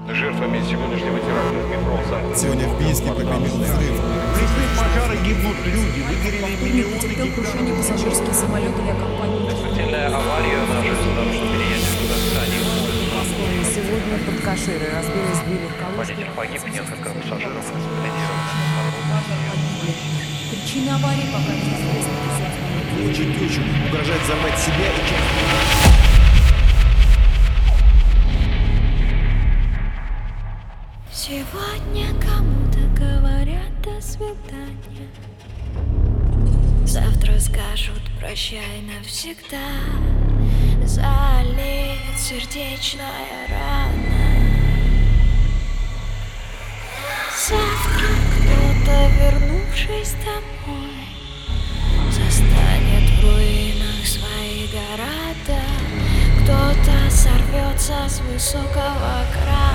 Жертвами сегодняшнего теракта в метро Санкт-Петербурга. Сегодня в Бийске прогремел взрыв. В лесных пожарах гибнут люди, выгорели миллионы Потерпел крушение пассажирский самолет авиакомпании. Смертельная авария на железнодорожном переезде в Казахстане. Сегодня под Каширой разбились две легковушки. Водитель погиб, несколько пассажиров госпитализированы. Причины аварии пока неизвестны. Очень тучу угрожает взорвать себя и часть. Сегодня кому-то говорят до свидания, завтра скажут прощай навсегда. Залит сердечная рана. Завтра кто-то, вернувшись домой, застанет в руинах свои города. Кто-то сорвется с высокого края.